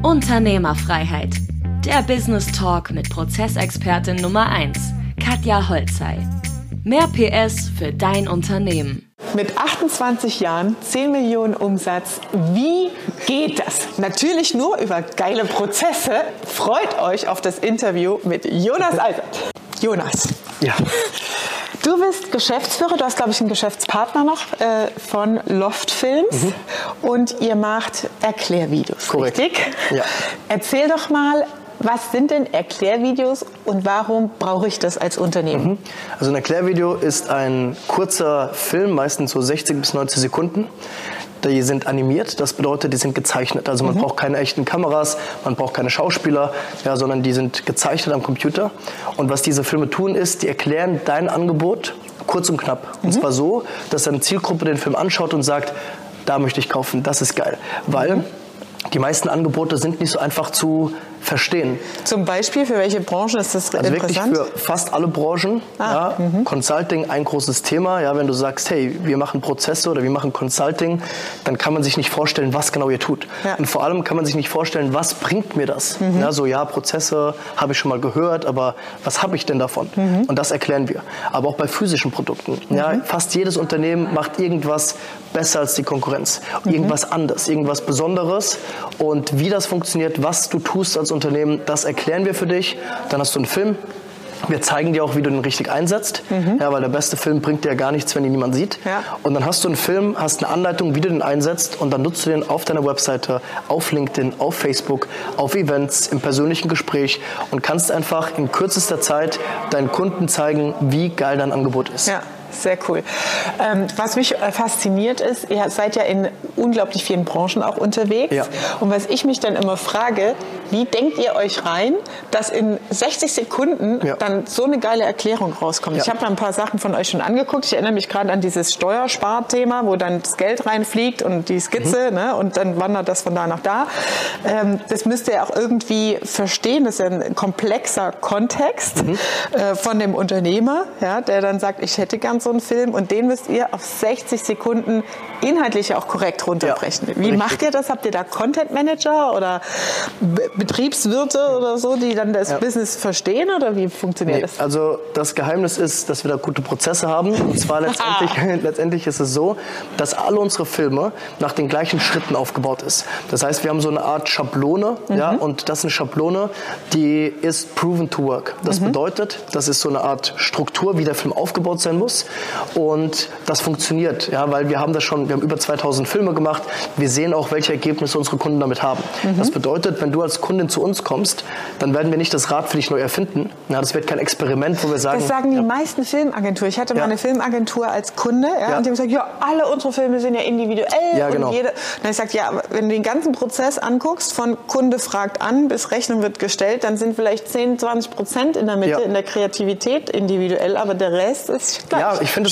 Unternehmerfreiheit. Der Business Talk mit Prozessexpertin Nummer 1, Katja Holzei. Mehr PS für dein Unternehmen. Mit 28 Jahren, 10 Millionen Umsatz. Wie geht das? Natürlich nur über geile Prozesse. Freut euch auf das Interview mit Jonas Eisert. Jonas. Ja. Du bist Geschäftsführer, du hast, glaube ich, einen Geschäftspartner noch von Loft Films und ihr macht Erklärvideos. Korrekt. Richtig? Ja. Erzähl doch mal, was sind denn Erklärvideos und warum brauche ich das als Unternehmen? Also ein Erklärvideo ist ein kurzer Film, meistens so 60 bis 90 Sekunden. Die sind animiert, das bedeutet, die sind gezeichnet. Also man braucht keine echten Kameras, man braucht keine Schauspieler, ja, sondern die sind gezeichnet am Computer. Und was diese Filme tun ist, die erklären dein Angebot kurz und knapp. Und zwar so, dass eine Zielgruppe den Film anschaut und sagt, da möchte ich kaufen, das ist geil. Weil die meisten Angebote sind nicht so einfach zu verstehen. Zum Beispiel, für welche Branchen ist das interessant? Wirklich für fast alle Branchen. Consulting, ein großes Thema. Ja, wenn du sagst, hey, wir machen Prozesse oder wir machen Consulting, dann kann man sich nicht vorstellen, was genau ihr tut. Ja. Und vor allem kann man sich nicht vorstellen, was bringt mir das? Ja, so, ja, Prozesse habe ich schon mal gehört, aber was habe ich denn davon? Und das erklären wir. Aber auch bei physischen Produkten. Ja, fast jedes Unternehmen macht irgendwas besser als die Konkurrenz. Irgendwas anderes, irgendwas Besonderes. Und wie das funktioniert, was du tust als Unternehmen, das erklären wir für dich. Dann hast du einen Film. Wir zeigen dir auch, wie du den richtig einsetzt, ja, weil der beste Film bringt dir ja gar nichts, wenn ihn niemand sieht. Ja. Und dann hast du einen Film, hast eine Anleitung, wie du den einsetzt und dann nutzt du den auf deiner Webseite, auf LinkedIn, auf Facebook, auf Events, im persönlichen Gespräch und kannst einfach in kürzester Zeit deinen Kunden zeigen, wie geil dein Angebot ist. Ja. Sehr cool. Was mich fasziniert ist, ihr seid ja in unglaublich vielen Branchen auch unterwegs. Ja. Und was ich mich dann immer frage, wie denkt ihr euch rein, dass in 60 Sekunden dann so eine geile Erklärung rauskommt? Ich habe mal ein paar Sachen von euch schon angeguckt. Ich erinnere mich gerade an dieses Steuersparthema, wo dann das Geld reinfliegt und die Skizze, ne, und dann wandert das von da nach da. Das müsst ihr auch irgendwie verstehen. Das ist ja ein komplexer Kontext von dem Unternehmer, ja, der dann sagt, ich hätte gern so einen Film und den müsst ihr auf 60 Sekunden inhaltlich auch korrekt runterbrechen. Wie macht ihr das? Habt ihr da Content Manager oder Betriebswirte oder so, die dann das Business verstehen oder wie funktioniert das? Also das Geheimnis ist, dass wir da gute Prozesse haben und zwar letztendlich ist es so, dass alle unsere Filme nach den gleichen Schritten aufgebaut ist. Das heißt, wir haben so eine Art Schablone, ja, und das ist eine Schablone, die ist proven to work. Das bedeutet, das ist so eine Art Struktur, wie der Film aufgebaut sein muss. Und das funktioniert, ja, weil wir haben über 2000 Filme gemacht. Wir sehen auch, welche Ergebnisse unsere Kunden damit haben. Das bedeutet, wenn du als Kundin zu uns kommst, dann werden wir nicht das Rad für dich neu erfinden. Ja, das wird kein Experiment, wo wir sagen... Das sagen die meisten Filmagenturen. Ich hatte mal eine Filmagentur als Kunde und die haben gesagt, ja, alle unsere Filme sind ja individuell. Ja, genau. Und dann habe ich gesagt, ja, wenn du den ganzen Prozess anguckst, von Kunde fragt an bis Rechnung wird gestellt, dann sind vielleicht 10-20% in der Mitte in der Kreativität individuell, aber der Rest ist gleich. Ja, ich finde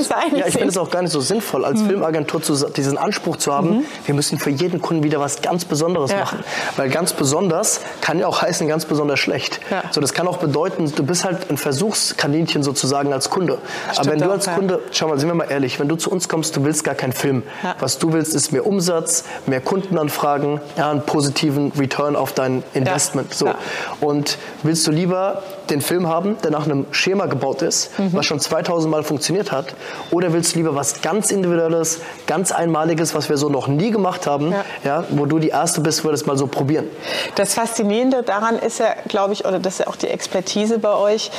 es auch gar nicht so sinnvoll, als Filmagentur diesen Anspruch zu haben, wir müssen für jeden Kunden wieder was ganz Besonderes machen. Weil ganz besonders kann ja auch heißen, ganz besonders schlecht. Ja. So, das kann auch bedeuten, du bist halt ein Versuchskaninchen sozusagen als Kunde. Stimmt. Aber wenn du als Kunde, schau mal, sind wir mal ehrlich, wenn du zu uns kommst, du willst gar keinen Film. Ja. Was du willst, ist mehr Umsatz, mehr Kundenanfragen, einen positiven Return auf dein Investment. So. Ja. Und willst du lieber den Film haben, der nach einem Schema gebaut ist, was schon 2000 Mal funktioniert hat, oder willst du lieber was ganz Individuelles, ganz Einmaliges, was wir so noch nie gemacht haben, wo du die Erste bist, wo wir das mal so probieren? Das Faszinierende daran ist ja, glaube ich, oder das ist ja auch die Expertise bei euch,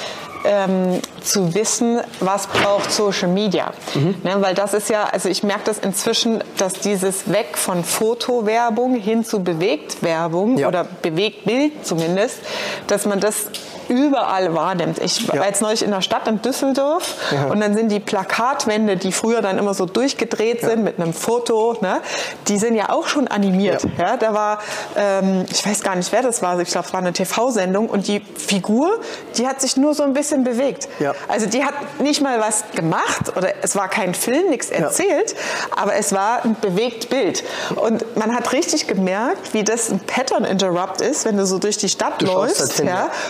zu wissen, was braucht Social Media. Ne, weil das ist ja, also ich merke das inzwischen, dass dieses Weg von Fotowerbung hin zu Bewegtwerbung oder Bewegtbild zumindest, dass man das überall wahrnimmt. Ich war jetzt neulich in der Stadt in Düsseldorf und dann sind die Plakatwände, die früher dann immer so durchgedreht sind mit einem Foto, ne, die sind ja auch schon animiert. Ja, da war, ich weiß gar nicht, wer das war, ich glaube, es war eine TV-Sendung und die Figur, die hat sich nur so ein bisschen bewegt. Ja. Also die hat nicht mal was gemacht oder es war kein Film, nichts erzählt, aber es war ein bewegt Bild. Und man hat richtig gemerkt, wie das ein Pattern Interrupt ist, wenn du so durch die Stadt läufst und du schaust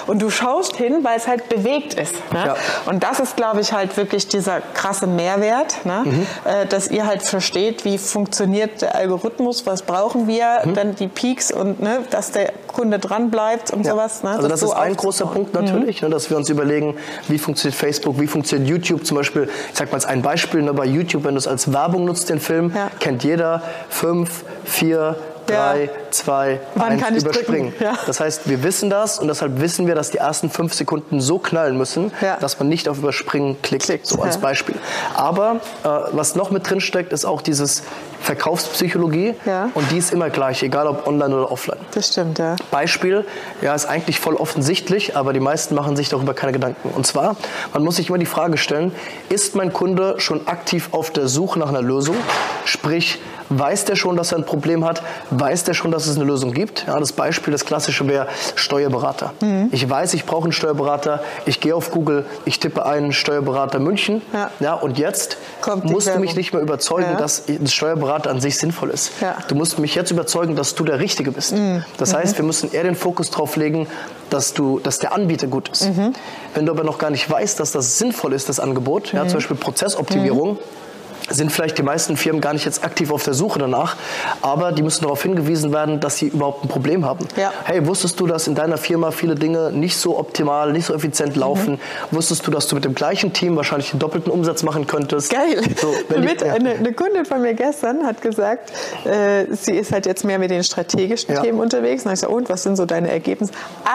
Post hin, weil es halt bewegt ist. Ne? Ja. Und das ist, glaube ich, halt wirklich dieser krasse Mehrwert, ne? Dass ihr halt versteht, wie funktioniert der Algorithmus, was brauchen wir, dann die Peaks und ne, dass der Kunde dran bleibt und sowas. Ne? Also das ist ein großer Punkt natürlich, ne, dass wir uns überlegen, wie funktioniert Facebook, wie funktioniert YouTube zum Beispiel. Ich sag mal als ein Beispiel, ne, bei YouTube, wenn du es als Werbung nutzt, den Film, kennt jeder 5, 4, 3, 2, 1 überspringen. Ja. Das heißt, wir wissen das und deshalb wissen wir, dass die ersten 5 Sekunden so knallen müssen, dass man nicht auf Überspringen klickt, so als Beispiel. Aber was noch mit drin steckt, ist auch dieses Verkaufspsychologie und die ist immer gleich, egal ob online oder offline. Das stimmt, ja. Beispiel, ist eigentlich voll offensichtlich, aber die meisten machen sich darüber keine Gedanken. Und zwar, man muss sich immer die Frage stellen, ist mein Kunde schon aktiv auf der Suche nach einer Lösung? Sprich, weiß der schon, dass er ein Problem hat? Weiß der schon, dass es eine Lösung gibt? Ja, das Beispiel, das klassische wäre Steuerberater. Ich weiß, ich brauche einen Steuerberater. Ich gehe auf Google, ich tippe ein Steuerberater München. Ja, und jetzt musst du mich nicht mehr überzeugen, dass ein Steuerberater an sich sinnvoll ist. Ja. Du musst mich jetzt überzeugen, dass du der Richtige bist. Das heißt, wir müssen eher den Fokus darauf legen, dass der Anbieter gut ist. Wenn du aber noch gar nicht weißt, dass das sinnvoll ist, das Angebot, zum Beispiel Prozessoptimierung, sind vielleicht die meisten Firmen gar nicht jetzt aktiv auf der Suche danach, aber die müssen darauf hingewiesen werden, dass sie überhaupt ein Problem haben. Ja. Hey, wusstest du, dass in deiner Firma viele Dinge nicht so optimal, nicht so effizient laufen? Wusstest du, dass du mit dem gleichen Team wahrscheinlich den doppelten Umsatz machen könntest? Geil. So, eine Kundin von mir gestern hat gesagt, sie ist halt jetzt mehr mit den strategischen Themen unterwegs. Und ich so, und was sind so deine Ergebnisse?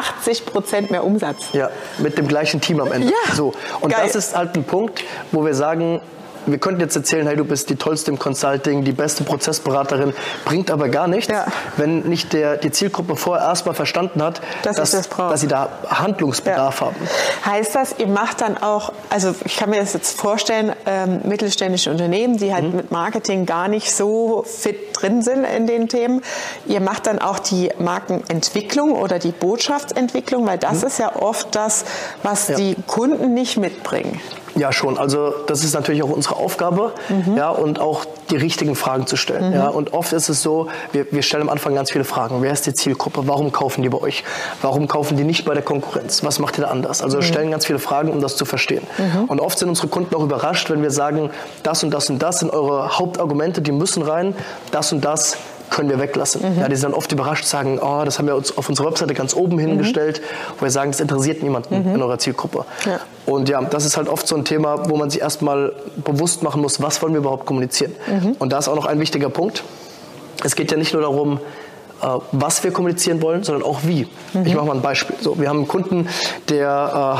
80% mehr Umsatz. Ja, mit dem gleichen Team am Ende. Ja. So. Und das ist halt ein Punkt, wo wir sagen, wir könnten jetzt erzählen, hey, du bist die tollste im Consulting, die beste Prozessberaterin, bringt aber gar nichts, wenn nicht die Zielgruppe vorher erstmal verstanden hat, dass sie da Handlungsbedarf haben. Heißt das, ihr macht dann auch, also ich kann mir das jetzt vorstellen, mittelständische Unternehmen, die halt mit Marketing gar nicht so fit drin sind in den Themen, ihr macht dann auch die Markenentwicklung oder die Botschaftsentwicklung, weil das ist ja oft das, was die Kunden nicht mitbringen. Ja, schon. Also das ist natürlich auch unsere Aufgabe, und auch die richtigen Fragen zu stellen. Ja, und oft ist es so, wir stellen am Anfang ganz viele Fragen. Wer ist die Zielgruppe? Warum kaufen die bei euch? Warum kaufen die nicht bei der Konkurrenz? Was macht ihr da anders? Also wir stellen ganz viele Fragen, um das zu verstehen. Und oft sind unsere Kunden auch überrascht, wenn wir sagen, das und das und das sind eure Hauptargumente, die müssen rein, das und das können wir weglassen. Ja, die sind dann oft überrascht, sagen, das haben wir uns auf unserer Webseite ganz oben hingestellt, wo wir sagen, das interessiert niemanden in eurer Zielgruppe. Ja. Und ja, das ist halt oft so ein Thema, wo man sich erstmal bewusst machen muss, was wollen wir überhaupt kommunizieren. Und da ist auch noch ein wichtiger Punkt. Es geht ja nicht nur darum, was wir kommunizieren wollen, sondern auch wie. Ich mache mal ein Beispiel. So, wir haben einen Kunden, der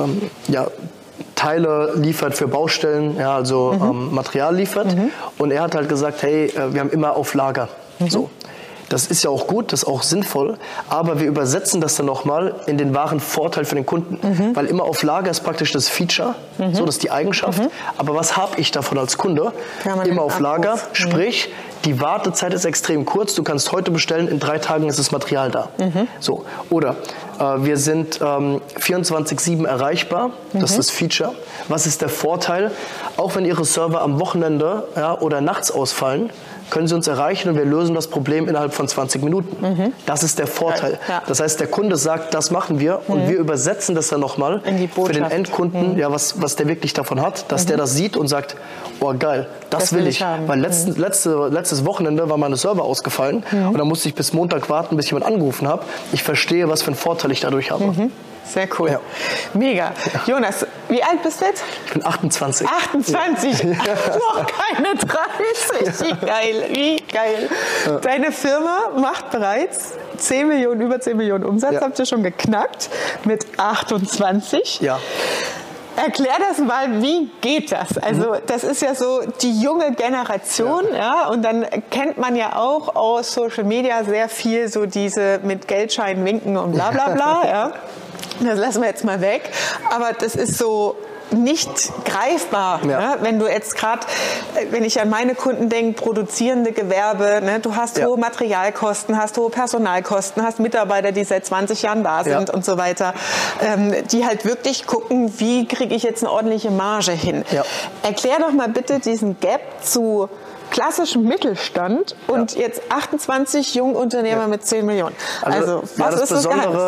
Teile liefert für Baustellen, Material liefert. Und er hat halt gesagt, hey, wir haben immer auf Lager. So. Das ist ja auch gut, das ist auch sinnvoll, aber wir übersetzen das dann nochmal in den wahren Vorteil für den Kunden. Weil immer auf Lager ist praktisch das Feature, so, das ist die Eigenschaft. Aber was habe ich davon als Kunde? Immer auf Lager, sprich, die Wartezeit ist extrem kurz, du kannst heute bestellen, in 3 Tagen ist das Material da. So. Oder wir sind 24/7 erreichbar, das ist das Feature. Was ist der Vorteil? Auch wenn Ihre Server am Wochenende oder nachts ausfallen, können Sie uns erreichen und wir lösen das Problem innerhalb von 20 Minuten. Das ist der Vorteil. Ja. Das heißt, der Kunde sagt, das machen wir und wir übersetzen das dann nochmal für den Endkunden, was der wirklich davon hat, dass der das sieht und sagt, oh geil, das will ich. Weil letztes Wochenende war meine Server ausgefallen und dann musste ich bis Montag warten, bis jemand angerufen hat. Ich verstehe, was für einen Vorteil ich dadurch habe. Sehr cool. Ja. Mega. Jonas, wie alt bist du jetzt? Ich bin 28. 28? Ja. Noch keine 30. Wie geil, wie geil. Ja. Deine Firma macht bereits über 10 Millionen Umsatz, habt ihr schon geknackt mit 28. Ja. Erklär das mal, wie geht das? Also das ist ja so die junge Generation, und dann kennt man ja auch aus Social Media sehr viel so diese mit Geldscheinen winken und bla bla bla, Das lassen wir jetzt mal weg. Aber das ist so nicht greifbar. Ne? Wenn du jetzt gerade, wenn ich an meine Kunden denke, produzierende Gewerbe, ne? Du hast hohe Materialkosten, hast hohe Personalkosten, hast Mitarbeiter, die seit 20 Jahren da sind und so weiter, die halt wirklich gucken, wie kriege ich jetzt eine ordentliche Marge hin. Ja. Erklär doch mal bitte diesen Gap zu klassischem Mittelstand und jetzt 28 Jungunternehmer mit 10 Millionen. Also was ist das Besondere?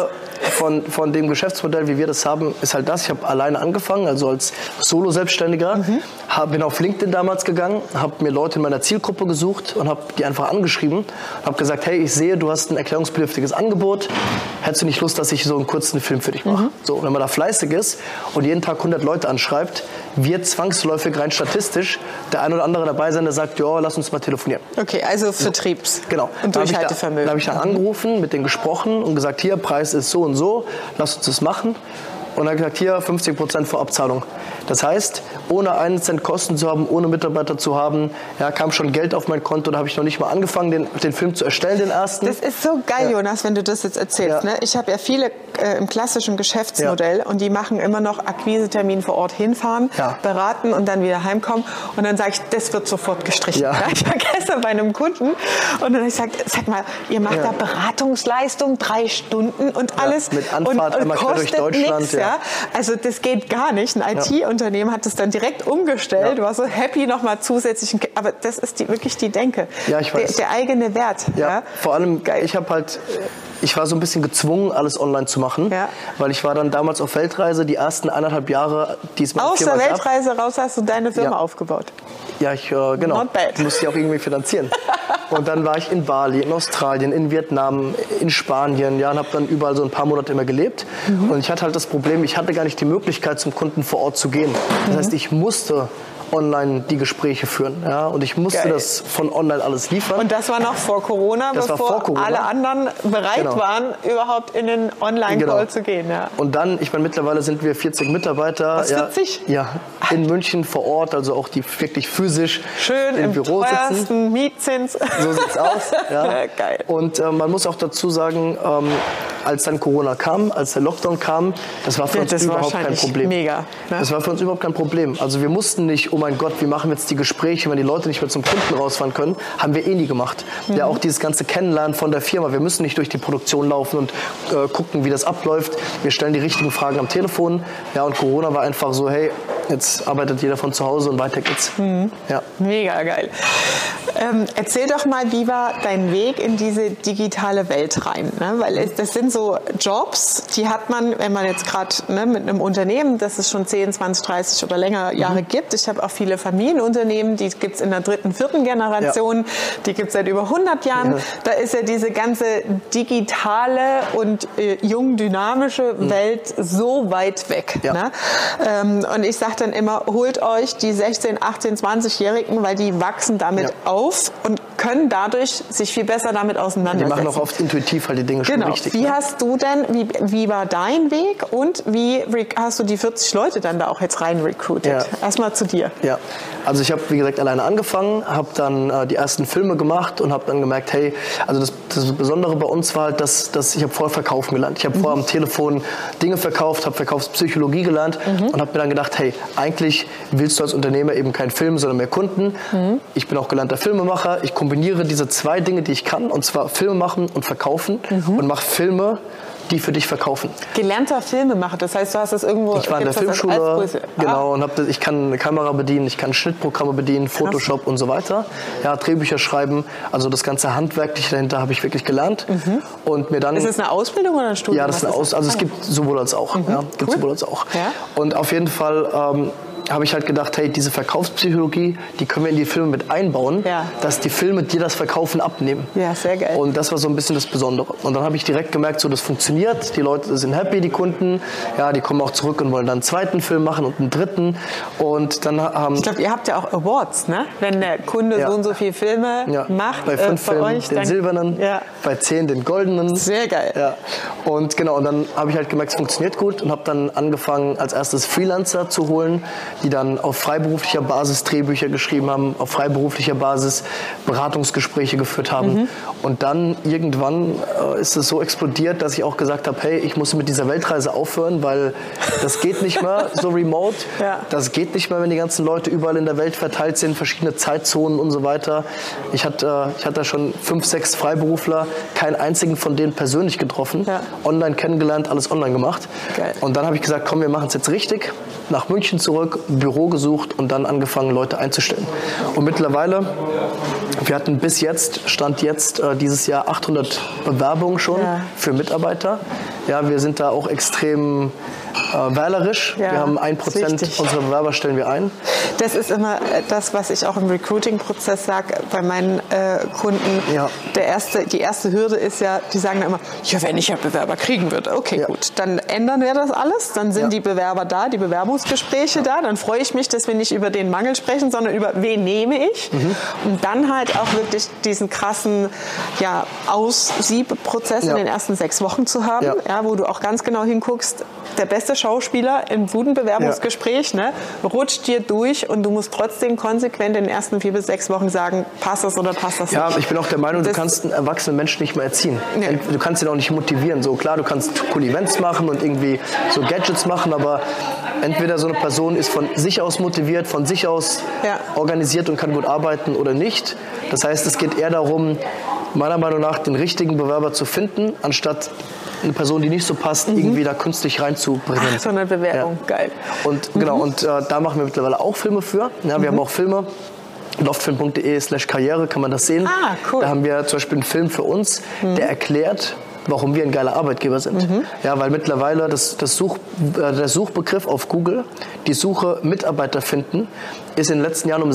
von dem Geschäftsmodell, wie wir das haben, ist halt das. Ich habe alleine angefangen, also als Solo-Selbstständiger. Bin auf LinkedIn damals gegangen, habe mir Leute in meiner Zielgruppe gesucht und habe die einfach angeschrieben. Habe gesagt, hey, ich sehe, du hast ein erklärungsbedürftiges Angebot. Hättest du nicht Lust, dass ich so einen kurzen Film für dich mache? So, wenn man da fleißig ist und jeden Tag 100 Leute anschreibt, wird zwangsläufig rein statistisch der ein oder andere dabei sein, der sagt, ja, lass uns mal telefonieren. Okay, also Vertriebs- genau. und Durchhaltevermögen. Da habe ich dann angerufen, mit denen gesprochen und gesagt, hier, Preis ist so und so, lass uns das machen. Und dann gesagt, hier 50% Vorabzahlung. Das heißt, ohne einen Cent Kosten zu haben, ohne Mitarbeiter zu haben, ja, kam schon Geld auf mein Konto. Da habe ich noch nicht mal angefangen, den Film zu erstellen, den ersten. Das ist so geil, Jonas, wenn du das jetzt erzählst. Ne? Ich habe ja viele im klassischen Geschäftsmodell und die machen immer noch Akquisetermin vor Ort hinfahren, beraten und dann wieder heimkommen. Und dann sage ich, das wird sofort gestrichen. Ja. Ich war gestern bei einem Kunden und dann habe ich gesagt, sag mal, ihr macht da Beratungsleistung 3 Stunden und alles mit Anfahrt einmal quer durch Deutschland. Nix, ja. Also das geht gar nicht. Ein IT-Unternehmen hat das dann direkt umgestellt, war so happy nochmal zusätzlich. Aber das ist wirklich die Denke. Ja, ich weiß. Der eigene Wert. Ja, vor allem, ich war so ein bisschen gezwungen, alles online zu machen, weil ich war dann damals auf Weltreise, die ersten 1,5 Jahre, die es aus der Weltreise raus hast du deine Firma aufgebaut. Ja, genau. Not bad. Ich musste die auch irgendwie finanzieren. Und dann war ich in Bali, in Australien, in Vietnam, in Spanien, und habe dann überall so ein paar Monate immer gelebt. Und ich hatte halt das Problem, ich hatte gar nicht die Möglichkeit, zum Kunden vor Ort zu gehen. Das heißt, ich musste online die Gespräche führen. Ja? Und ich musste das von online alles liefern. Und das war noch vor Corona, bevor alle anderen bereit waren, überhaupt in den Online-Call zu gehen. Ja. Und dann, ich meine, mittlerweile sind wir 40 Mitarbeiter. Was, 40? Ja, in München vor Ort, also auch die wirklich physisch schön im Büro sitzen. Mietzins. So sieht's aus. Ja. Geil. Und man muss auch dazu sagen, als dann Corona kam, als der Lockdown kam, das war für uns überhaupt kein Problem. Mega. Ne? Das war für uns überhaupt kein Problem. Also wir mussten nicht, oh mein Gott, wie machen wir jetzt die Gespräche, wenn die Leute nicht mehr zum Kunden rausfahren können, haben wir nie gemacht. Ja, auch dieses ganze Kennenlernen von der Firma. Wir müssen nicht durch die Produktion laufen und gucken, wie das abläuft. Wir stellen die richtigen Fragen am Telefon. Ja, und Corona war einfach so, hey, jetzt arbeitet jeder von zu Hause und weiter geht's. Ja. Mega geil. Erzähl doch mal, wie war dein Weg in diese digitale Welt rein? Ne? Weil das sind so Jobs, die hat man, wenn man jetzt gerade mit einem Unternehmen, das es schon 10, 20, 30 oder länger Jahre gibt. Ich habe auch viele Familienunternehmen, die gibt es in der 3., 4. Generation, die gibt es seit über 100 Jahren. Da ist ja diese ganze digitale und jung dynamische Welt so weit weg. Ne? Und ich sage dann immer, holt euch die 16, 18, 20-Jährigen, weil die wachsen damit auf und können dadurch sich viel besser damit auseinandersetzen. Die machen auch oft intuitiv halt die Dinge schon richtig. Wie hast du denn, wie war dein Weg und wie hast du die 40 Leute dann da auch jetzt rein recruited? Erstmal zu dir. Ja, also ich habe, wie gesagt, alleine angefangen, habe dann die ersten Filme gemacht und habe dann gemerkt, hey, also das Besondere bei uns war halt, dass ich habe vorher verkaufen gelernt. Ich habe vorher am Telefon Dinge verkauft, habe Verkaufspsychologie gelernt und habe mir dann gedacht, hey, eigentlich willst du als Unternehmer eben keinen Film, sondern mehr Kunden. Ich bin auch gelernter Filmemacher. Ich kombiniere diese 2 Dinge, die ich kann, und zwar Filme machen und verkaufen und mache Filme, die für dich verkaufen. Gelernter Filmemacher, das heißt, du hast das irgendwo... Ich war in der Filmschule, genau, und ich kann eine Kamera bedienen, ich kann Schnittprogramme bedienen, Photoshop und so weiter. Ja, Drehbücher schreiben, also das ganze Handwerkliche dahinter habe ich wirklich gelernt. Und mir dann... Ist das eine Ausbildung oder ein Studium? Ja, das ist eine Ausbildung, also es gibt sowohl als auch. Ja, gibt sowohl als auch. Ja? Und auf jeden Fall... habe ich halt gedacht, hey, diese Verkaufspsychologie, die können wir in die Filme mit einbauen, dass die Filme dir das Verkaufen abnehmen. Ja, sehr geil. Und das war so ein bisschen das Besondere. Und dann habe ich direkt gemerkt, so das funktioniert, die Leute sind happy, die Kunden, ja, die kommen auch zurück und wollen dann einen 2. Film machen und einen 3. Und dann haben... Ich glaube, ihr habt ja auch Awards, ne? Wenn der Kunde so und so viele Filme macht. Bei 5 Filmen euch, den silbernen, bei 10 den goldenen. Sehr geil. Ja. Und genau, und dann habe ich halt gemerkt, es funktioniert gut und habe dann angefangen, als erstes Freelancer zu holen, die dann auf freiberuflicher Basis Drehbücher geschrieben haben, auf freiberuflicher Basis Beratungsgespräche geführt haben. Und dann irgendwann ist es so explodiert, dass ich auch gesagt habe, hey, ich muss mit dieser Weltreise aufhören, weil das geht nicht mehr so remote. Das geht nicht mehr, wenn die ganzen Leute überall in der Welt verteilt sind, verschiedene Zeitzonen und so weiter. Ich hatte schon 5, 6 Freiberufler, keinen einzigen von denen persönlich getroffen, online kennengelernt, alles online gemacht. Geil. Und dann habe ich gesagt, komm, wir machen es jetzt richtig. Nach München zurück, Büro gesucht und dann angefangen, Leute einzustellen. Und mittlerweile, wir hatten bis jetzt, Stand jetzt, dieses Jahr 800 Bewerbungen schon für Mitarbeiter. Ja, wir sind da auch extrem wählerisch. Ja, wir haben 1% unserer Bewerber stellen wir ein. Das ist immer das, was ich auch im Recruiting-Prozess sage bei meinen Kunden. Ja. Die erste Hürde ist ja, die sagen dann immer, ja, wenn ich ja Bewerber kriegen würde. Okay, gut, dann ändern wir das alles. Dann sind die Bewerber da, die Bewerbungsgespräche da. Dann freue ich mich, dass wir nicht über den Mangel sprechen, sondern über wen nehme ich. Und dann halt auch wirklich diesen krassen Aussiebprozess in den ersten 6 Wochen zu haben, wo du auch ganz genau hinguckst, der beste Schauspieler im guten Bewerbungsgespräch rutscht dir durch und du musst trotzdem konsequent in den ersten 4 bis 6 Wochen sagen, passt das oder passt das nicht. Ja, ich bin auch der Meinung, du kannst einen erwachsenen Menschen nicht mehr erziehen. Nee. Du kannst ihn auch nicht motivieren. So klar, du kannst coole Events machen und irgendwie so Gadgets machen, aber entweder so eine Person ist von sich aus motiviert, von sich aus organisiert und kann gut arbeiten oder nicht. Das heißt, es geht eher darum, meiner Meinung nach den richtigen Bewerber zu finden, anstatt eine Person, die nicht so passt, irgendwie da künstlich reinzubringen. So eine Bewerbung, geil. Und genau, und da machen wir mittlerweile auch Filme für. Ja, wir haben auch Filme. loftfilm.de/karriere kann man das sehen. Ah, cool. Da haben wir zum Beispiel einen Film für uns, der erklärt, warum wir ein geiler Arbeitgeber sind. Ja, weil mittlerweile der Suchbegriff auf Google, die Suche Mitarbeiter finden, ist in den letzten Jahren um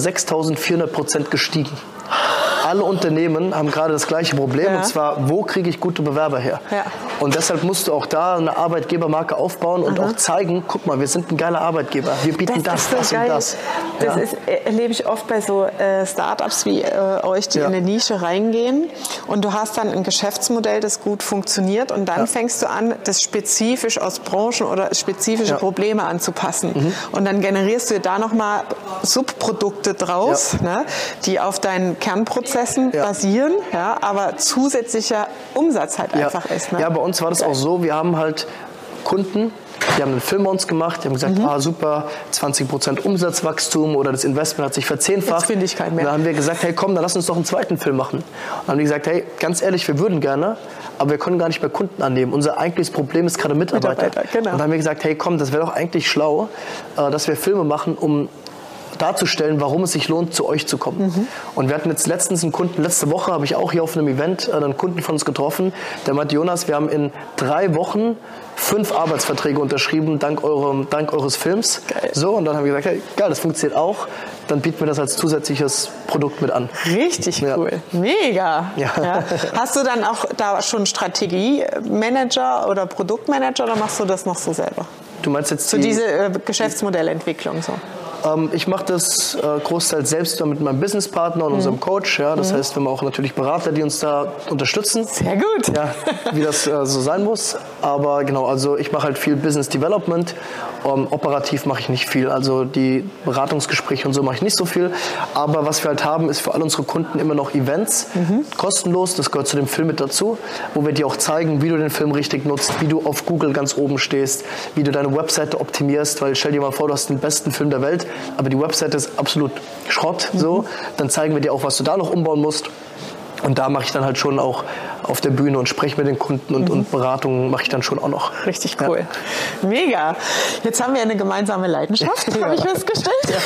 6.400% gestiegen. Alle Unternehmen haben gerade das gleiche Problem, und zwar, wo kriege ich gute Bewerber her? Ja. Und deshalb musst du auch da eine Arbeitgebermarke aufbauen und auch zeigen, guck mal, wir sind ein geiler Arbeitgeber, wir bieten das und das. Das erlebe ich oft bei so Startups wie euch, die in eine Nische reingehen, und du hast dann ein Geschäftsmodell, das gut funktioniert, und dann fängst du an, das spezifisch aus Branchen oder spezifische Probleme anzupassen. Und dann generierst du da nochmal Subprodukte draus, die auf deinen Kernprozessen basieren, aber zusätzlicher Umsatz halt einfach ist. Ne? Ja, bei uns war das auch so, wir haben halt Kunden, die haben einen Film bei uns gemacht, die haben gesagt, super, 20% Umsatzwachstum oder das Investment hat sich verzehnfacht. Jetzt finde ich keinen mehr. Und dann haben wir gesagt, hey komm, dann lass uns doch einen zweiten Film machen. Und dann haben die gesagt, hey, ganz ehrlich, wir würden gerne, aber wir können gar nicht mehr Kunden annehmen. Unser eigentliches Problem ist gerade Mitarbeiter. Genau. Und dann haben wir gesagt, hey komm, das wäre doch eigentlich schlau, dass wir Filme machen, um darzustellen, warum es sich lohnt, zu euch zu kommen. Und wir hatten jetzt letztens einen Kunden, letzte Woche habe ich auch hier auf einem Event einen Kunden von uns getroffen, der meinte, Jonas, wir haben in 3 Wochen 5 Arbeitsverträge unterschrieben, dank eures Films. Geil. So, und dann haben wir gesagt, hey, geil, das funktioniert auch. Dann bieten wir das als zusätzliches Produkt mit an. Richtig cool. Mega. Ja. Hast du dann auch da schon Strategiemanager oder Produktmanager, oder machst du das noch so selber? Du meinst jetzt so diese Geschäftsmodellentwicklung so? Ich mache das großteils selbst mit meinem Businesspartner und unserem Coach. Ja, das heißt, wir haben auch natürlich Berater, die uns da unterstützen. Sehr gut. Ja, wie das so sein muss. Aber genau, also ich mache halt viel Business Development. Operativ mache ich nicht viel. Also die Beratungsgespräche und so mache ich nicht so viel. Aber was wir halt haben, ist für all unsere Kunden immer noch Events. Kostenlos, das gehört zu dem Film mit dazu. Wo wir dir auch zeigen, wie du den Film richtig nutzt, wie du auf Google ganz oben stehst, wie du deine Webseite optimierst. Weil stell dir mal vor, du hast den besten Film der Welt, aber die Webseite ist absolut Schrott. So. Dann zeigen wir dir auch, was du da noch umbauen musst. Und da mache ich dann halt schon auch auf der Bühne und spreche mit den Kunden und Beratungen mache ich dann schon auch noch. Richtig cool. Ja. Mega. Jetzt haben wir eine gemeinsame Leidenschaft, habe ich festgestellt.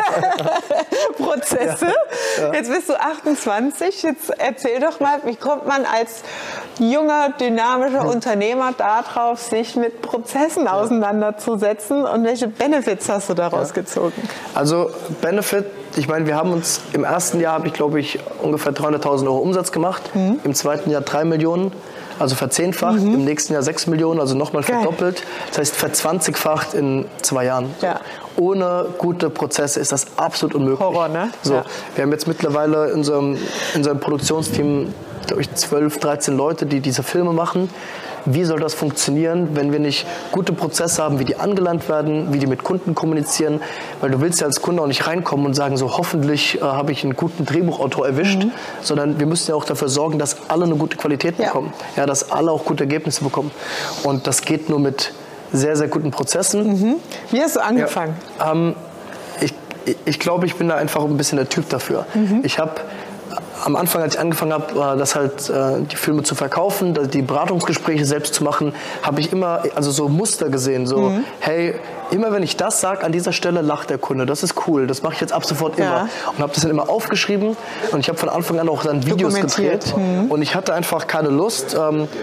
Prozesse. Ja. Jetzt bist du 28. Jetzt erzähl doch mal, wie kommt man als junger, dynamischer Unternehmer darauf, sich mit Prozessen auseinanderzusetzen, und welche Benefits hast du daraus gezogen? Also Benefit, ich meine, wir haben uns im ersten Jahr, habe ich glaube ich ungefähr 300.000 Euro Umsatz gemacht, im zweiten Jahr 3 Millionen, also verzehnfacht, im nächsten Jahr 6 Millionen, also nochmal verdoppelt, das heißt verzwanzigfacht in 2 Jahren. Ja. Ohne gute Prozesse ist das absolut unmöglich. Horror, ne? So, wir haben jetzt mittlerweile in unserem Produktionsteam, glaube ich, 12, 13 Leute, die diese Filme machen. Wie soll das funktionieren, wenn wir nicht gute Prozesse haben, wie die angelernt werden, wie die mit Kunden kommunizieren? Weil du willst ja als Kunde auch nicht reinkommen und sagen, so hoffentlich habe ich einen guten Drehbuchautor erwischt, sondern wir müssen ja auch dafür sorgen, dass alle eine gute Qualität bekommen, ja, dass alle auch gute Ergebnisse bekommen. Und das geht nur mit sehr, sehr guten Prozessen. Wie hast du angefangen? Ich glaube, ich bin da einfach ein bisschen der Typ dafür. Ich habe am Anfang, als ich angefangen habe, das halt die Filme zu verkaufen, die Beratungsgespräche selbst zu machen, habe ich immer so Muster gesehen. So, hey, immer wenn ich das sage, an dieser Stelle lacht der Kunde. Das ist cool. Das mache ich jetzt ab sofort immer. Und habe das dann immer aufgeschrieben. Und ich habe von Anfang an auch dann Videos gedreht. Und ich hatte einfach keine Lust.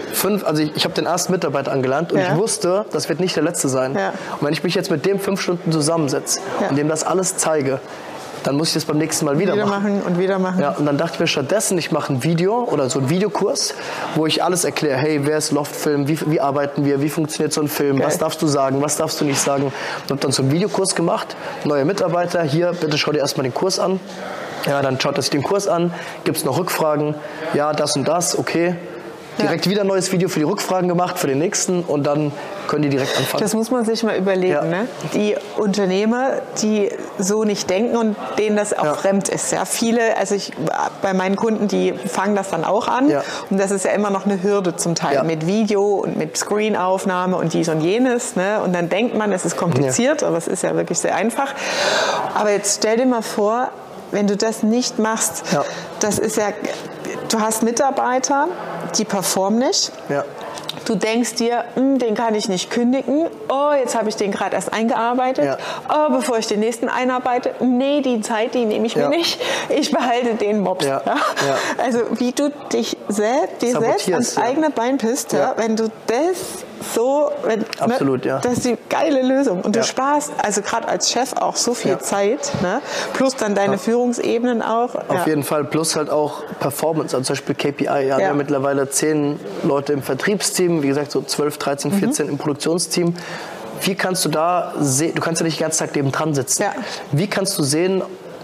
Ich habe den ersten Mitarbeiter angelernt und ich wusste, das wird nicht der letzte sein. Ja. Und wenn ich mich jetzt mit dem 5 Stunden zusammensetze und dem das alles zeige, dann muss ich das beim nächsten Mal wieder machen. Ja, und dann dachte ich mir stattdessen, ich mache ein Video oder so einen Videokurs, wo ich alles erkläre. Hey, wer ist Loftfilm? Wie arbeiten wir? Wie funktioniert so ein Film? Geil. Was darfst du sagen? Was darfst du nicht sagen? Und habe dann so einen Videokurs gemacht. Neue Mitarbeiter, hier, bitte schau dir erstmal den Kurs an. Ja, dann schaut er sich den Kurs an. Gibt es noch Rückfragen? Ja, das und das, okay. Direkt wieder ein neues Video für die Rückfragen gemacht, für den nächsten und dann können die direkt anfangen. Das muss man sich mal überlegen. Ne? Die Unternehmer, die so nicht denken und denen das auch fremd ist. Ja? Viele, bei meinen Kunden, die fangen das dann auch an und das ist ja immer noch eine Hürde zum Teil mit Video und mit Screenaufnahme und dies und jenes. Ne? Und dann denkt man, es ist kompliziert, aber es ist ja wirklich sehr einfach. Aber jetzt stell dir mal vor, wenn du das nicht machst, das ist ja, du hast Mitarbeiter, die performen nicht. Ja. Du denkst dir, den kann ich nicht kündigen. Oh, jetzt habe ich den gerade erst eingearbeitet. Ja. Oh, bevor ich den nächsten einarbeite. Nee, die Zeit, die nehme ich mir nicht. Ich behalte den Mops. Ja. Ja. Ja. Also wie du dich selbst ans eigene Bein pisst, wenn du das so, absolut, das ist die geile Lösung. Und du sparst, also gerade als Chef auch so viel Zeit, ne? Plus dann deine Führungsebenen auch. Auf jeden Fall, plus halt auch Performance, also zum Beispiel KPI. Wir haben mittlerweile 10 Leute im Vertriebsteam, wie gesagt so 12, 13, 14 im Produktionsteam. Wie kannst du da sehen, du kannst ja nicht den ganzen Tag neben dran sitzen. Ja. Wie kannst du sehen,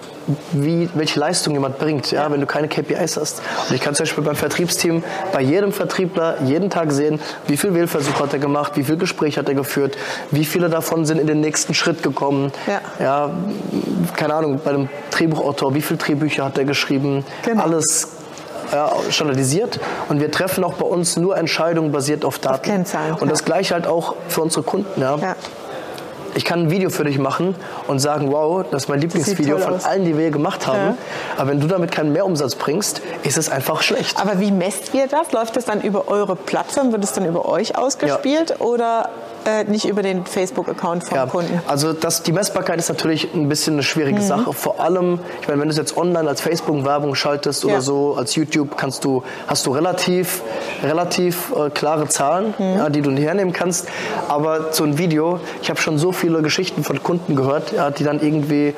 welche Leistung jemand bringt, wenn du keine KPIs hast. Und ich kann zum Beispiel beim Vertriebsteam bei jedem Vertriebler jeden Tag sehen, wie viel Wählversuch hat er gemacht, wie viel Gespräch hat er geführt, wie viele davon sind in den nächsten Schritt gekommen. Ja, keine Ahnung, bei einem Drehbuchautor, wie viele Drehbücher hat er geschrieben, alles standardisiert. Und wir treffen auch bei uns nur Entscheidungen basiert auf Daten. Auf Kennzahlen, und das Gleiche halt auch für unsere Kunden. Ja. Ich kann ein Video für dich machen und sagen, wow, das ist mein Lieblingsvideo von allen, die wir hier gemacht haben. Ja. Aber wenn du damit keinen Mehrumsatz bringst, ist es einfach schlecht. Aber wie messt ihr das? Läuft das dann über eure Plattform? Wird es dann über euch ausgespielt oder nicht über den Facebook-Account vom Kunden? Also die Messbarkeit ist natürlich ein bisschen eine schwierige Sache. Vor allem, ich meine, wenn du es jetzt online als Facebook-Werbung schaltest oder so, als YouTube, hast du relativ klare Zahlen, die du hernehmen kannst. Aber so ein Video, ich habe schon so viele Geschichten von Kunden gehört, die dann irgendwie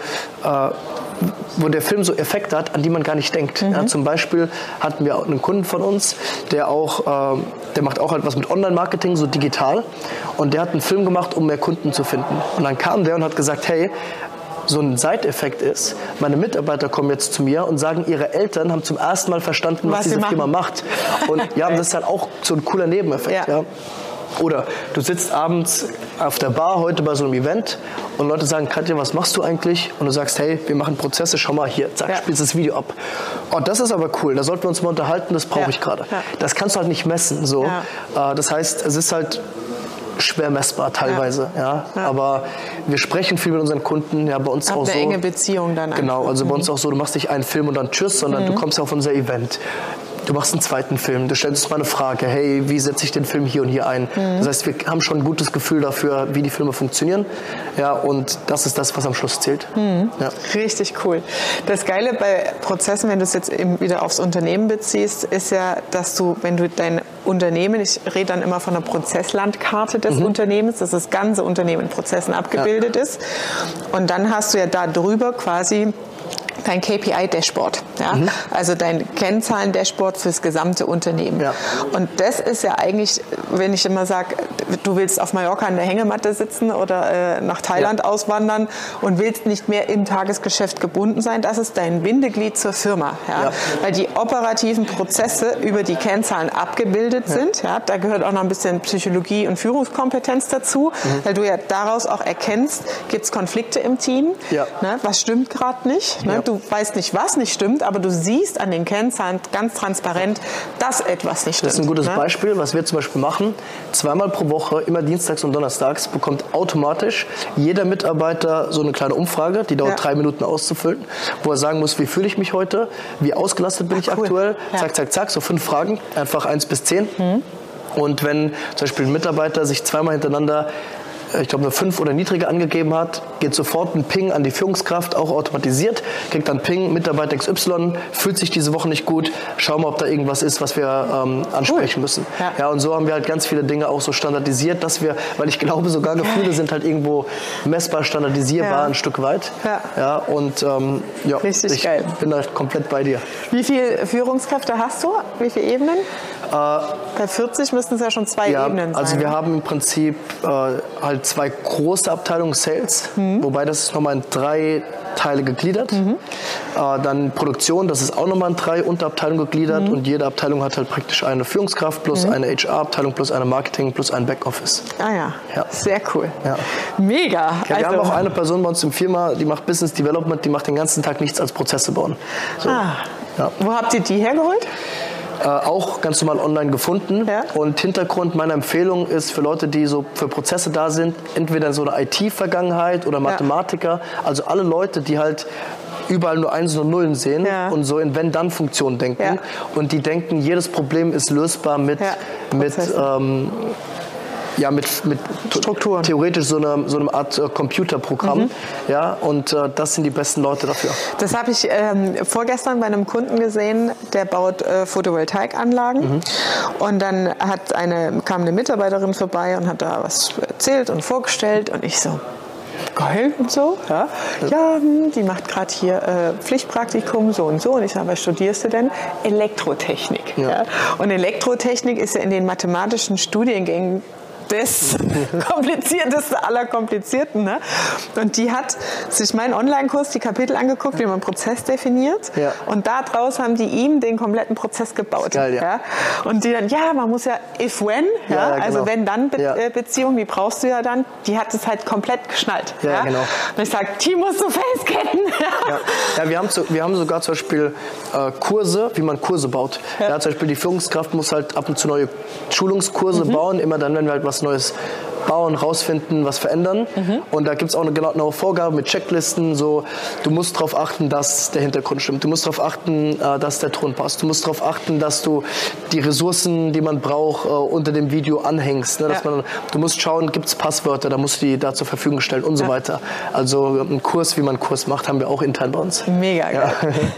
wo der Film so Effekte hat, an die man gar nicht denkt. Ja, zum Beispiel hatten wir einen Kunden von uns, der macht auch halt was mit Online-Marketing, so digital. Und der hat einen Film gemacht, um mehr Kunden zu finden. Und dann kam der und hat gesagt, hey, so ein Side-Effekt ist, meine Mitarbeiter kommen jetzt zu mir und sagen, ihre Eltern haben zum ersten Mal verstanden, was diese Firma macht. Und das ist halt auch so ein cooler Nebeneffekt. Ja. Oder du sitzt abends auf der Bar heute bei so einem Event und Leute sagen, Katja, was machst du eigentlich? Und du sagst, hey, wir machen Prozesse, schau mal hier, zack, spielst das Video ab. Oh, das ist aber cool, da sollten wir uns mal unterhalten, das brauche ich gerade. Ja. Das kannst du halt nicht messen. So. Ja. Das heißt, es ist halt schwer messbar teilweise. Ja. Aber wir sprechen viel mit unseren Kunden. Ja, bei uns auch so. Eine enge Beziehung dann. Genau, also bei uns auch so, du machst nicht einen Film und dann tschüss, sondern du kommst auf unser Event. Du machst einen zweiten Film, du stellst uns mal eine Frage, hey, wie setze ich den Film hier und hier ein? Das heißt, wir haben schon ein gutes Gefühl dafür, wie die Filme funktionieren. Ja, und das ist das, was am Schluss zählt. Ja. Richtig cool. Das Geile bei Prozessen, wenn du es jetzt eben wieder aufs Unternehmen beziehst, ist ja, dass du, wenn du dein Unternehmen, ich rede dann immer von einer Prozesslandkarte des Unternehmens, dass das ganze Unternehmen in Prozessen abgebildet ist. Und dann hast du ja da drüber quasi dein KPI-Dashboard, also dein Kennzahlen-Dashboard fürs gesamte Unternehmen. Ja. Und das ist ja eigentlich, wenn ich immer sage, du willst auf Mallorca an der Hängematte sitzen oder nach Thailand auswandern und willst nicht mehr im Tagesgeschäft gebunden sein, das ist dein Bindeglied zur Firma. Ja? Weil die operativen Prozesse über die Kennzahlen abgebildet sind. Ja? Da gehört auch noch ein bisschen Psychologie und Führungskompetenz dazu, weil du ja daraus auch erkennst, gibt es Konflikte im Team, ne? Was stimmt gerade nicht. Ne? Du weißt nicht, was nicht stimmt, aber du siehst an den Kennzahlen ganz transparent, dass etwas nicht stimmt. Das ist ein gutes Beispiel, was wir zum Beispiel machen. 2-mal pro Woche, immer dienstags und donnerstags, bekommt automatisch jeder Mitarbeiter so eine kleine Umfrage, die dauert 3 Minuten auszufüllen, wo er sagen muss, wie fühle ich mich heute, wie ausgelastet bin ich aktuell, zack, zack, zack, so 5 Fragen, einfach 1 bis 10. Und wenn zum Beispiel ein Mitarbeiter sich zweimal hintereinander, ich glaube, eine 5 oder niedriger angegeben hat, geht sofort ein Ping an die Führungskraft, auch automatisiert, kriegt dann Ping, Mitarbeiter XY, fühlt sich diese Woche nicht gut, schauen wir, ob da irgendwas ist, was wir ansprechen müssen. Ja, und so haben wir halt ganz viele Dinge auch so standardisiert, dass wir, weil ich glaube, sogar Gefühle sind halt irgendwo messbar, standardisierbar ein Stück weit. Ja, und richtig geil. Bin da komplett bei dir. Wie viele Führungskräfte hast du? Wie viele Ebenen? Bei 40 müssten es ja schon 2 Ebenen sein. Also wir haben im Prinzip halt 2 große Abteilungen Sales, wobei das ist nochmal in 3 Teile gegliedert. Dann Produktion, das ist auch nochmal in 3 Unterabteilungen gegliedert und jede Abteilung hat halt praktisch eine Führungskraft plus eine HR-Abteilung plus eine Marketing plus ein Backoffice. Ja, sehr cool. Ja. Mega. Ja, wir haben auch eine Person bei uns im Firma, die macht Business Development, die macht den ganzen Tag nichts als Prozesse bauen. So. Wo habt ihr die hergeholt? Auch ganz normal online gefunden. Und Hintergrund meiner Empfehlung ist für Leute, die so für Prozesse da sind, entweder so eine IT-Vergangenheit oder Mathematiker, also alle Leute, die halt überall nur Einsen und Nullen sehen und so in Wenn-Dann-Funktionen denken. Und die denken, jedes Problem ist lösbar mit Strukturen. Theoretisch so eine Art Computerprogramm. Ja, und das sind die besten Leute dafür. Das habe ich vorgestern bei einem Kunden gesehen, der baut Photovoltaikanlagen. Und dann kam eine Mitarbeiterin vorbei und hat da was erzählt und vorgestellt. Und ich so, geil und so. Ja, die macht gerade hier Pflichtpraktikum so und so. Und ich sage, was studierst du denn? Elektrotechnik. Ja. Und Elektrotechnik ist ja in den mathematischen Studiengängen das komplizierteste aller Komplizierten. Ne? Und die hat sich meinen Online-Kurs, die Kapitel angeguckt, wie man einen Prozess definiert. Und daraus haben die ihm den kompletten Prozess gebaut. Geil, Und die dann, man muss ja if-when, also wenn-dann-Beziehung, die brauchst du ja dann. Die hat es halt komplett geschnallt. Ja, genau. Und ich sage, die musst du festketten. Wir haben sogar zum Beispiel Kurse, wie man Kurse baut. Ja, zum Beispiel die Führungskraft muss halt ab und zu neue Schulungskurse bauen, immer dann, wenn wir halt was Neues bauen, rausfinden, was verändern. Und da gibt es auch eine genaue Vorgabe mit Checklisten. So, du musst darauf achten, dass der Hintergrund stimmt. Du musst darauf achten, dass der Ton passt. Du musst darauf achten, dass du die Ressourcen, die man braucht, unter dem Video anhängst. Ne? Du musst schauen, gibt es Passwörter, da musst du die da zur Verfügung stellen und so weiter. Also ein Kurs, wie man einen Kurs macht, haben wir auch intern bei uns. Mega geil.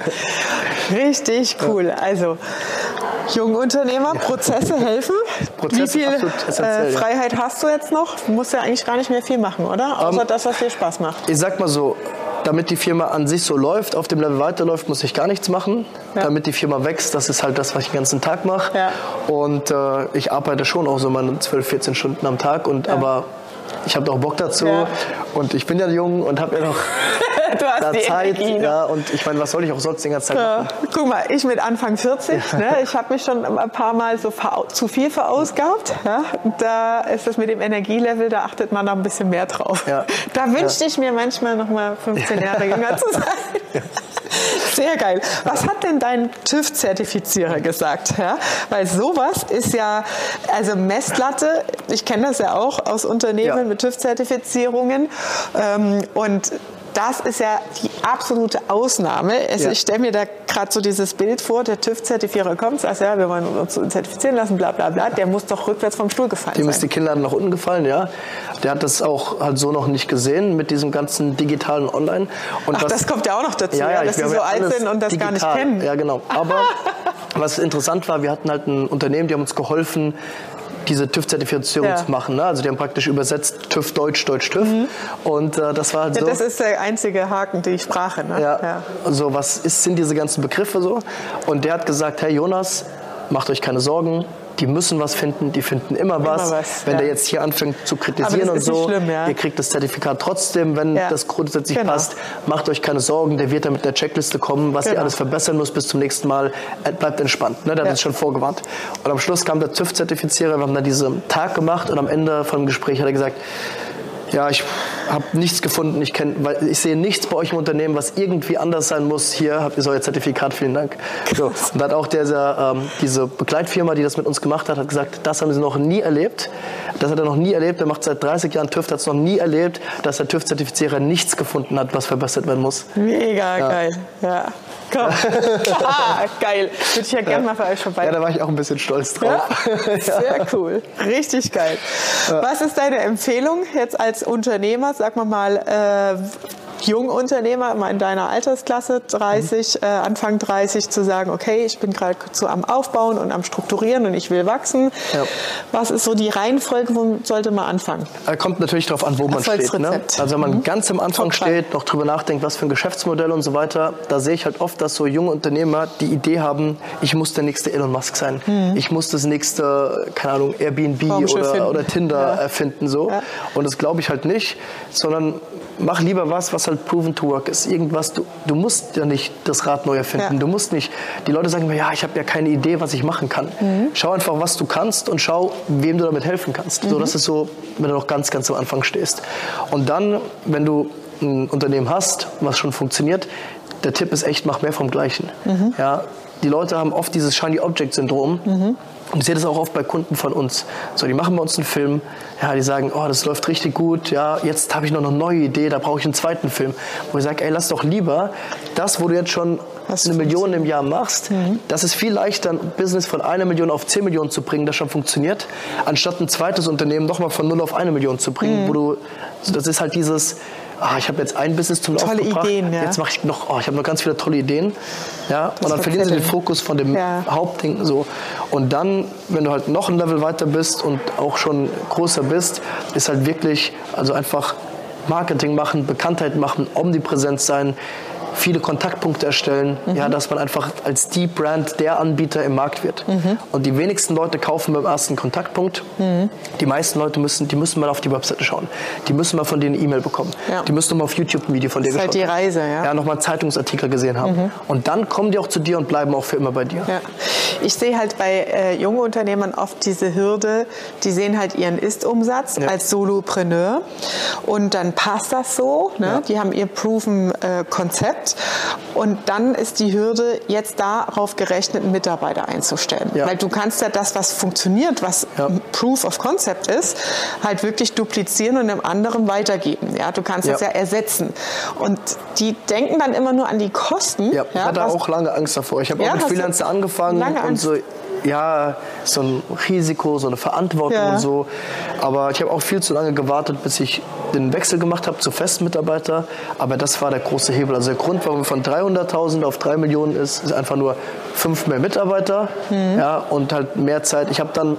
Richtig cool. Also Jungunternehmer, Prozesse helfen. Wie viel Freiheit hast du jetzt noch? Du musst ja eigentlich gar nicht mehr viel machen, oder? Außer das, was dir Spaß macht. Ich sag mal so, damit die Firma an sich so läuft, auf dem Level weiterläuft, muss ich gar nichts machen. Damit die Firma wächst, das ist halt das, was ich den ganzen Tag mache. Und ich arbeite schon auch so meine 12, 14 Stunden am Tag. Aber ich habe doch Bock dazu. Und ich bin ja jung und habe ja noch du hast die Zeit. Energie, ja, und ich meine, was soll ich auch sonst die ganze Zeit machen? Guck mal, ich mit Anfang 40, ne, ich habe mich schon ein paar Mal so zu viel verausgabt. Ja? Da ist das mit dem Energielevel, da achtet man noch ein bisschen mehr drauf. Da wünschte ich mir manchmal noch mal 15 Jahre jünger zu sein. Sehr geil. Was hat denn dein TÜV-Zertifizierer gesagt? Ja? Weil sowas ist ja, also Messlatte, ich kenne das ja auch aus Unternehmen mit TÜV-Zertifizierungen und das ist ja die absolute Ausnahme. Also ich stelle mir da gerade so dieses Bild vor, der TÜV-Zertifizierer kommt, sagt, wir wollen uns zertifizieren lassen, bla bla bla, der muss doch rückwärts vom Stuhl gefallen sein. Dem ist die Kinnlade nach unten gefallen, Der hat das auch halt so noch nicht gesehen mit diesem ganzen digitalen Online. Und das kommt ja auch noch dazu, dass sie so alt sind und das digital gar nicht kennen. Ja, genau. Aber was interessant war, wir hatten halt ein Unternehmen, die haben uns geholfen, diese TÜV-Zertifizierung zu machen. Ne? Also die haben praktisch übersetzt TÜV, Deutsch, Deutsch, TÜV. Und das war halt so. Das ist der einzige Haken, die Sprache. Ne? Also was sind diese ganzen Begriffe so? Und der hat gesagt, hey Jonas, macht euch keine Sorgen. Die müssen was finden, die finden immer was. Wenn der jetzt hier anfängt zu kritisieren und so, schlimm, ihr kriegt das Zertifikat trotzdem, wenn das grundsätzlich passt. Macht euch keine Sorgen, der wird dann mit der Checkliste kommen, was ihr alles verbessern muss bis zum nächsten Mal. Bleibt entspannt, ne? Der hat uns schon vorgewarnt. Und am Schluss kam der TÜV-Zertifizierer, wir haben dann diesen Tag gemacht und am Ende von dem Gespräch hat er gesagt, ich habe nichts gefunden. Weil ich sehe nichts bei euch im Unternehmen, was irgendwie anders sein muss. Hier habt ihr so euer Zertifikat, vielen Dank. So. Und da hat auch diese Begleitfirma, die das mit uns gemacht hat gesagt, das haben sie noch nie erlebt. Das hat er noch nie erlebt. Er macht seit 30 Jahren TÜV, hat es noch nie erlebt, dass der TÜV-Zertifizierer nichts gefunden hat, was verbessert werden muss. Mega geil. Ja. Komm. Geil. Würde ich ja gerne mal für euch vorbei. Ja, da war ich auch ein bisschen stolz drauf. Ja? Sehr cool. Richtig geil. Was ist deine Empfehlung jetzt als Unternehmer, sagen wir mal Jungunternehmer, in deiner Altersklasse, 30, Anfang 30, zu sagen, okay, ich bin gerade so am Aufbauen und am Strukturieren und ich will wachsen. Ja. Was ist so die Reihenfolge, wo sollte man anfangen? Kommt natürlich darauf an, wo man steht. Ne? Also wenn man ganz am Anfang steht, noch drüber nachdenkt, was für ein Geschäftsmodell und so weiter, da sehe ich halt oft, dass so junge Unternehmer die Idee haben, ich muss der nächste Elon Musk sein. Ich muss das nächste, keine Ahnung, Airbnb oder Tinder erfinden. So. Ja. Und das glaube ich halt nicht, sondern mach lieber was halt proven to work ist. Irgendwas, du musst ja nicht das Rad neu erfinden. Ja. Du musst nicht, die Leute sagen mir, ja, ich habe ja keine Idee, was ich machen kann. Schau einfach, was du kannst und schau, wem du damit helfen kannst. So, das ist so, wenn du noch ganz, ganz am Anfang stehst. Und dann, wenn du ein Unternehmen hast, was schon funktioniert, der Tipp ist echt, mach mehr vom Gleichen. Ja, die Leute haben oft dieses Shiny Object Syndrom. Und ich sehe das auch oft bei Kunden von uns. So, die machen bei uns einen Film, ja, die sagen, oh, das läuft richtig gut, ja, jetzt habe ich noch eine neue Idee, da brauche ich einen zweiten Film. Wo ich sage, ey, lass doch lieber das, wo du jetzt schon 1 Million im Jahr machst, das ist viel leichter, ein Business von 1 Million auf 10 Millionen zu bringen, das schon funktioniert, anstatt ein zweites Unternehmen nochmal von 0 auf 1 Million zu bringen, wo du, das ist halt dieses, ich habe jetzt ein Business zum Laufen gebracht, Ideen, ja. Jetzt mache ich noch, ich habe noch ganz viele tolle Ideen, ja, und dann verlieren sie den Fokus von dem Hauptding so. Und dann, wenn du halt noch ein Level weiter bist und auch schon größer bist, ist halt wirklich, also einfach Marketing machen, Bekanntheit machen, omnipräsent sein, viele Kontaktpunkte erstellen, ja, dass man einfach als die Brand der Anbieter im Markt wird. Und die wenigsten Leute kaufen beim ersten Kontaktpunkt. Die meisten Leute müssen mal auf die Webseite schauen. Die müssen mal von denen eine E-Mail bekommen. Ja. Die müssen mal auf YouTube ein Video von dir geschaut haben. Das ist halt die Reise, ja. Ja, nochmal einen Zeitungsartikel gesehen haben. Und dann kommen die auch zu dir und bleiben auch für immer bei dir. Ja. Ich sehe halt bei jungen Unternehmern oft diese Hürde, die sehen halt ihren Ist-Umsatz als Solopreneur und dann passt das so. Ne? Ja. Die haben ihr proven Konzept. Und dann ist die Hürde, jetzt darauf gerechnet, einen Mitarbeiter einzustellen. Ja. Weil du kannst ja das, was funktioniert, was Proof of Concept ist, halt wirklich duplizieren und einem anderen weitergeben. Ja, du kannst das ja ersetzen. Und die denken dann immer nur an die Kosten. Ja, ich hatte auch lange Angst davor. Ich habe auch mit Freelancer angefangen und so. Ja, so ein Risiko, so eine Verantwortung und so. Aber ich habe auch viel zu lange gewartet, bis ich den Wechsel gemacht habe zu Festmitarbeiter. Aber das war der große Hebel. Also der Grund, warum wir von 300.000 auf 3 Millionen ist einfach nur 5 mehr Mitarbeiter und halt mehr Zeit. Ich habe dann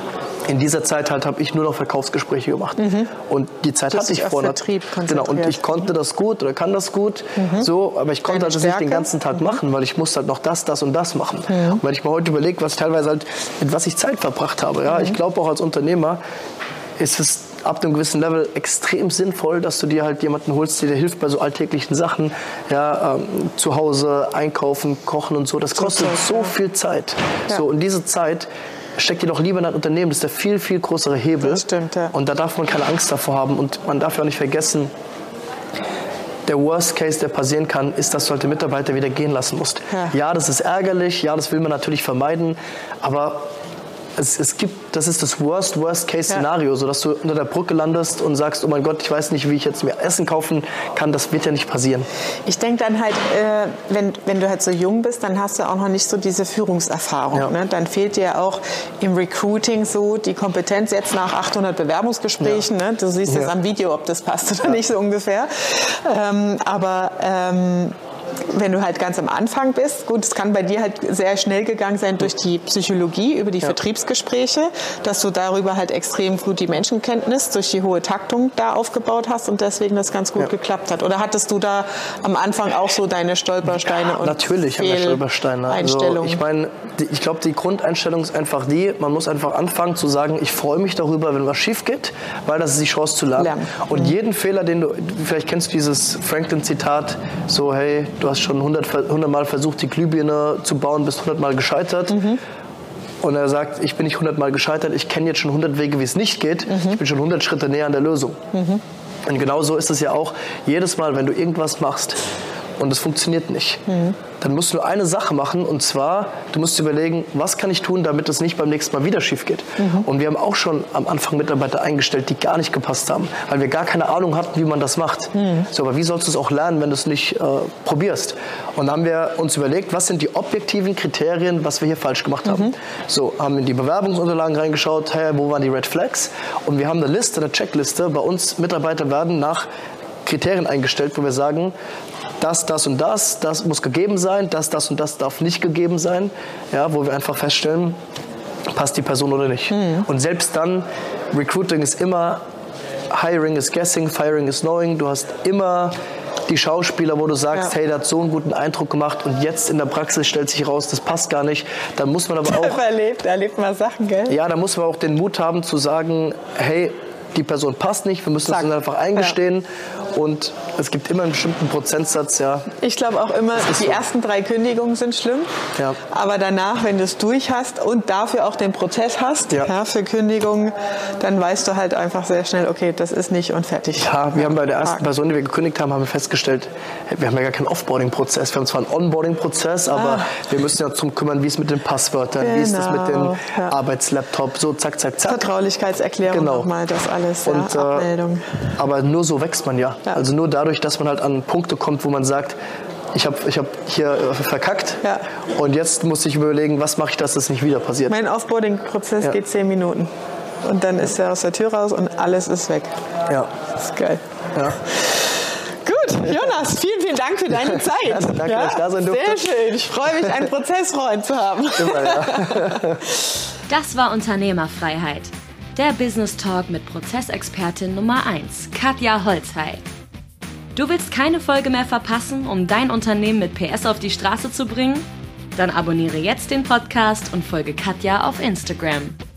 in dieser Zeit habe ich nur noch Verkaufsgespräche gemacht. Und die Zeit hatte ich vorher. Genau, und ich konnte das gut oder kann das gut, so, aber ich konnte das nicht den ganzen Tag machen, weil ich musste halt noch das und das machen. Und wenn ich mir heute überlege, was teilweise halt, mit was ich Zeit verbracht habe, ich glaube auch als Unternehmer ist es ab einem gewissen Level extrem sinnvoll, dass du dir halt jemanden holst, der dir hilft bei so alltäglichen Sachen, zu Hause einkaufen, kochen und so. Das kostet so viel Zeit. Ja. So, und diese Zeit steckt ihr doch lieber in ein Unternehmen, das ist der viel, viel größere Hebel. Das stimmt, ja. Und da darf man keine Angst davor haben. Und man darf ja auch nicht vergessen, der Worst Case, der passieren kann, ist, dass du halt den Mitarbeiter wieder gehen lassen musst. Ja, das ist ärgerlich, ja, das will man natürlich vermeiden, aber das ist das Worst-Case-Szenario, sodass du unter der Brücke landest und sagst, oh mein Gott, ich weiß nicht, wie ich jetzt mir Essen kaufen kann, das wird ja nicht passieren. Ich denke dann halt, wenn du halt so jung bist, dann hast du auch noch nicht so diese Führungserfahrung. Ja. Ne? Dann fehlt dir auch im Recruiting so die Kompetenz jetzt nach 800 Bewerbungsgesprächen. Ne? Du siehst es am Video, ob das passt oder nicht so ungefähr. Wenn du halt ganz am Anfang bist, gut, es kann bei dir halt sehr schnell gegangen sein durch die Psychologie, über die Vertriebsgespräche, dass du darüber halt extrem gut die Menschenkenntnis durch die hohe Taktung da aufgebaut hast und deswegen das ganz gut geklappt hat. Oder hattest du da am Anfang auch so deine Stolpersteine und natürlich haben wir Stolpersteine. Also, ich glaube, die Grundeinstellung ist einfach die, man muss einfach anfangen zu sagen, ich freue mich darüber, wenn was schief geht, weil das ist die Chance zu lernen. Und jeden Fehler, den du, vielleicht kennst du dieses Franklin-Zitat, so, hey, du hast schon 100 Mal versucht, die Glühbirne zu bauen, bist 100 Mal gescheitert. Und er sagt, ich bin nicht 100 Mal gescheitert, ich kenne jetzt schon 100 Wege, wie es nicht geht. Ich bin schon 100 Schritte näher an der Lösung. Und genau so ist es ja auch jedes Mal, wenn du irgendwas machst und es funktioniert nicht, dann musst du nur eine Sache machen, und zwar, du musst überlegen, was kann ich tun, damit es nicht beim nächsten Mal wieder schief geht. Und wir haben auch schon am Anfang Mitarbeiter eingestellt, die gar nicht gepasst haben, weil wir gar keine Ahnung hatten, wie man das macht. So, aber wie sollst du es auch lernen, wenn du es nicht probierst? Und dann haben wir uns überlegt, was sind die objektiven Kriterien, was wir hier falsch gemacht haben. So, haben in die Bewerbungsunterlagen reingeschaut, hey, wo waren die Red Flags? Und wir haben eine Liste, eine Checkliste. Bei uns Mitarbeiter werden nach Kriterien eingestellt, wo wir sagen, das und das muss gegeben sein, das und das darf nicht gegeben sein, ja, wo wir einfach feststellen, passt die Person oder nicht. Und selbst dann, Recruiting ist immer, Hiring is guessing, Firing is knowing, du hast immer die Schauspieler, wo du sagst, hey, der hat so einen guten Eindruck gemacht und jetzt in der Praxis stellt sich raus, das passt gar nicht. Dann muss man aber auch... erlebt mal Sachen, gell? Ja, da muss man auch den Mut haben zu sagen, hey, die Person passt nicht, wir müssen es uns einfach eingestehen. Und es gibt immer einen bestimmten Prozentsatz, ja. Ich glaube auch immer, die ersten 3 Kündigungen sind schlimm. Ja. Aber danach, wenn du es durch hast und dafür auch den Prozess hast, für Kündigungen, dann weißt du halt einfach sehr schnell, okay, das ist nicht und fertig. Ja, wir haben bei der ersten Person, die wir gekündigt haben, haben wir festgestellt, wir haben ja gar keinen Offboarding-Prozess. Wir haben zwar einen Onboarding-Prozess, aber wir müssen ja darum kümmern, wie es mit den Passwörtern, wie ist es mit dem Arbeitslaptop, so zack, zack, zack. Vertraulichkeitserklärung nochmal, das alles, und, Abmeldung. Aber nur so wächst man ja. Also nur dadurch, dass man halt an Punkte kommt, wo man sagt, ich hab hier verkackt und jetzt muss ich überlegen, was mache ich, dass das nicht wieder passiert. Mein Offboarding-Prozess geht 10 Minuten und dann ist er aus der Tür raus und alles ist weg. Ja. Das ist geil. Ja. Gut, Jonas, vielen Dank für deine Zeit. Danke, dass ich da sein durfte. Sehr schön. Ich freue mich, einen Prozessfreund zu haben. Immer, ja. Das war Unternehmerfreiheit. Der Business Talk mit Prozessexpertin Nummer 1, Katja Holzhey. Du willst keine Folge mehr verpassen, um dein Unternehmen mit PS auf die Straße zu bringen? Dann abonniere jetzt den Podcast und folge Katja auf Instagram.